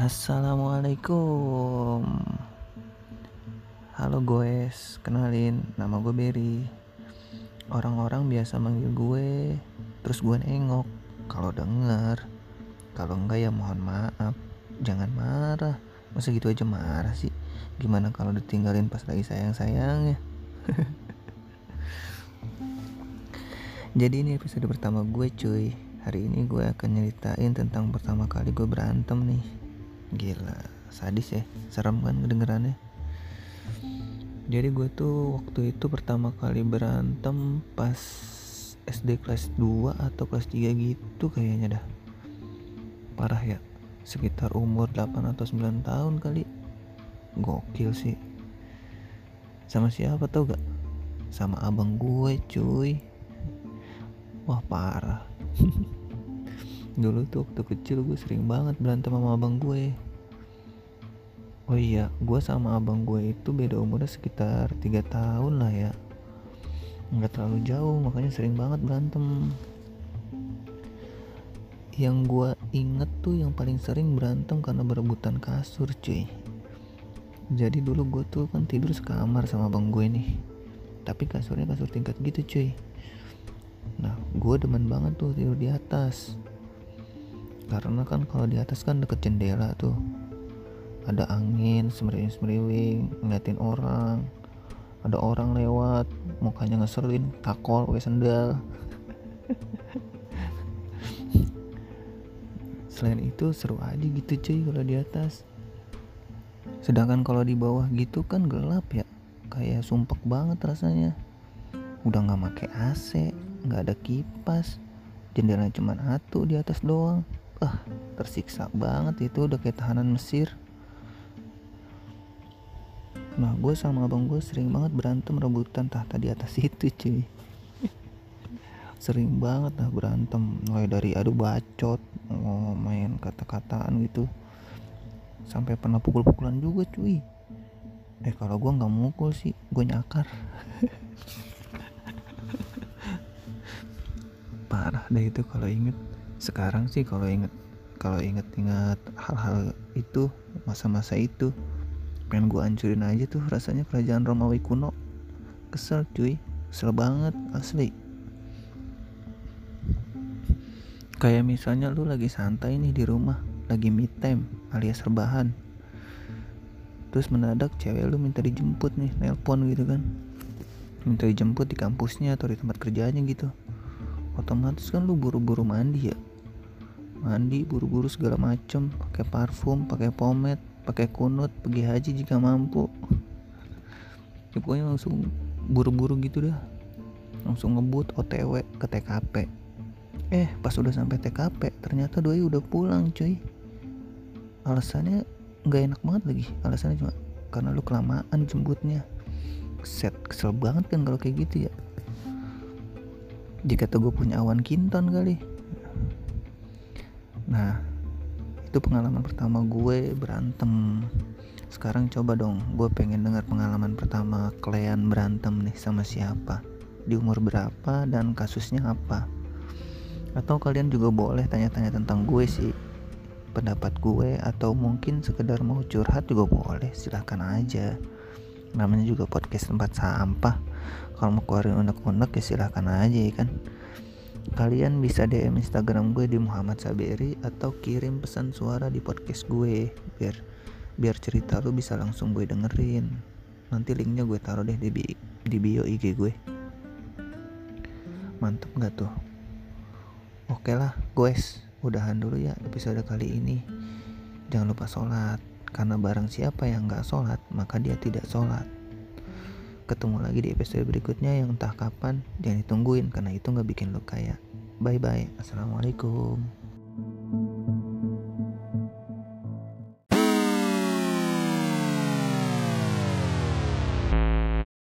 Assalamualaikum. Halo guys, kenalin, nama gue Berry. Orang-orang biasa manggil gue, terus gue nengok. Kalau denger, kalau enggak ya mohon maaf. Jangan marah, masa gitu aja marah sih? Gimana kalau ditinggalin pas lagi sayang-sayangnya? Jadi ini episode pertama gue cuy. Hari ini gue akan nyeritain tentang pertama kali gue berantem nih. Gila, sadis ya, serem kan kedengerannya. Jadi gue tuh waktu itu pertama kali berantem pas SD kelas 2 atau kelas 3 gitu kayaknya dah. Parah ya, sekitar umur 8 atau 9 tahun kali. Gokil sih. Sama siapa tau gak? Sama abang gue cuy. Wah parah. Dulu tuh waktu kecil gue sering banget berantem sama abang gue. Oh iya, gue sama abang gue itu beda umurnya sekitar 3 tahun lah ya. Nggak terlalu jauh, makanya sering banget berantem. Yang gue inget tuh yang paling sering berantem karena berebutan kasur cuy. Jadi dulu gue tuh kan tidur sekamar sama abang gue nih, tapi kasurnya kasur tingkat gitu cuy. Nah gue demen banget tuh tidur di atas, karena kan kalau di atas kan deket jendela tuh, ada angin semeriwing ngeliatin orang, ada orang lewat mukanya ngeselin, takol pakai sendal. Selain itu seru aja gitu cuy kalau di atas. Sedangkan kalau di bawah gitu kan gelap ya, kayak sumpek banget rasanya. Udah nggak make AC, nggak ada kipas, jendelanya cuma satu di atas doang. Tersiksa banget itu, udah kayak tahanan Mesir. Nah gue sama abang gue sering banget berantem rebutan tahta di atas itu cuy. Sering banget lah berantem, mulai dari adu bacot, main kata-kataan gitu, sampai pernah pukul-pukulan juga cuy. Kalau gue nggak mukul sih, gue nyakar. Parah deh itu kalau inget. Sekarang sih kalau inget hal-hal itu, masa-masa itu, pengen gue hancurin aja tuh rasanya kerajaan Romawi kuno. Kesel cuy, kesel banget asli. Kayak misalnya lu lagi santai nih di rumah, lagi me time alias rebahan, terus mendadak cewek lu minta dijemput nih, nelpon gitu kan, minta dijemput di kampusnya atau di tempat kerjanya gitu. Otomatis kan lu buru-buru mandi ya, mandi buru-buru segala macem, pakai parfum, pakai pomade, pakai kunut, pergi haji jika mampu. Ya, pokoknya langsung buru-buru gitu dah, langsung ngebut OTW ke TKP. Pas udah sampai TKP ternyata doi udah pulang cuy. Alasannya nggak enak banget lagi, alasannya cuma karena lu kelamaan jemputnya. Kesel banget kan kalau kayak gitu ya. Jika tuh gue punya awan kinton kali. Nah itu pengalaman pertama gue berantem. Sekarang coba dong, gue pengen dengar pengalaman pertama kalian berantem nih sama siapa, di umur berapa, dan kasusnya apa. Atau kalian juga boleh tanya-tanya tentang gue sih, pendapat gue, atau mungkin sekedar mau curhat juga boleh, silahkan aja. Namanya juga podcast tempat sampah. Kalau mau keluarin unek-unek ya silahkan aja ya kan. Kalian bisa DM Instagram gue di Muhammad Saberi, atau kirim pesan suara di podcast gue, biar cerita lu bisa langsung gue dengerin. Nanti linknya gue taruh deh di bio IG gue. Mantep gak tuh? Oke lah guys, udahan dulu ya episode kali ini. Jangan lupa sholat, karena barang siapa yang gak sholat maka dia tidak sholat. Ketemu lagi di episode berikutnya yang entah kapan. Jangan ditungguin karena itu gak bikin lo kaya. Bye bye, assalamualaikum.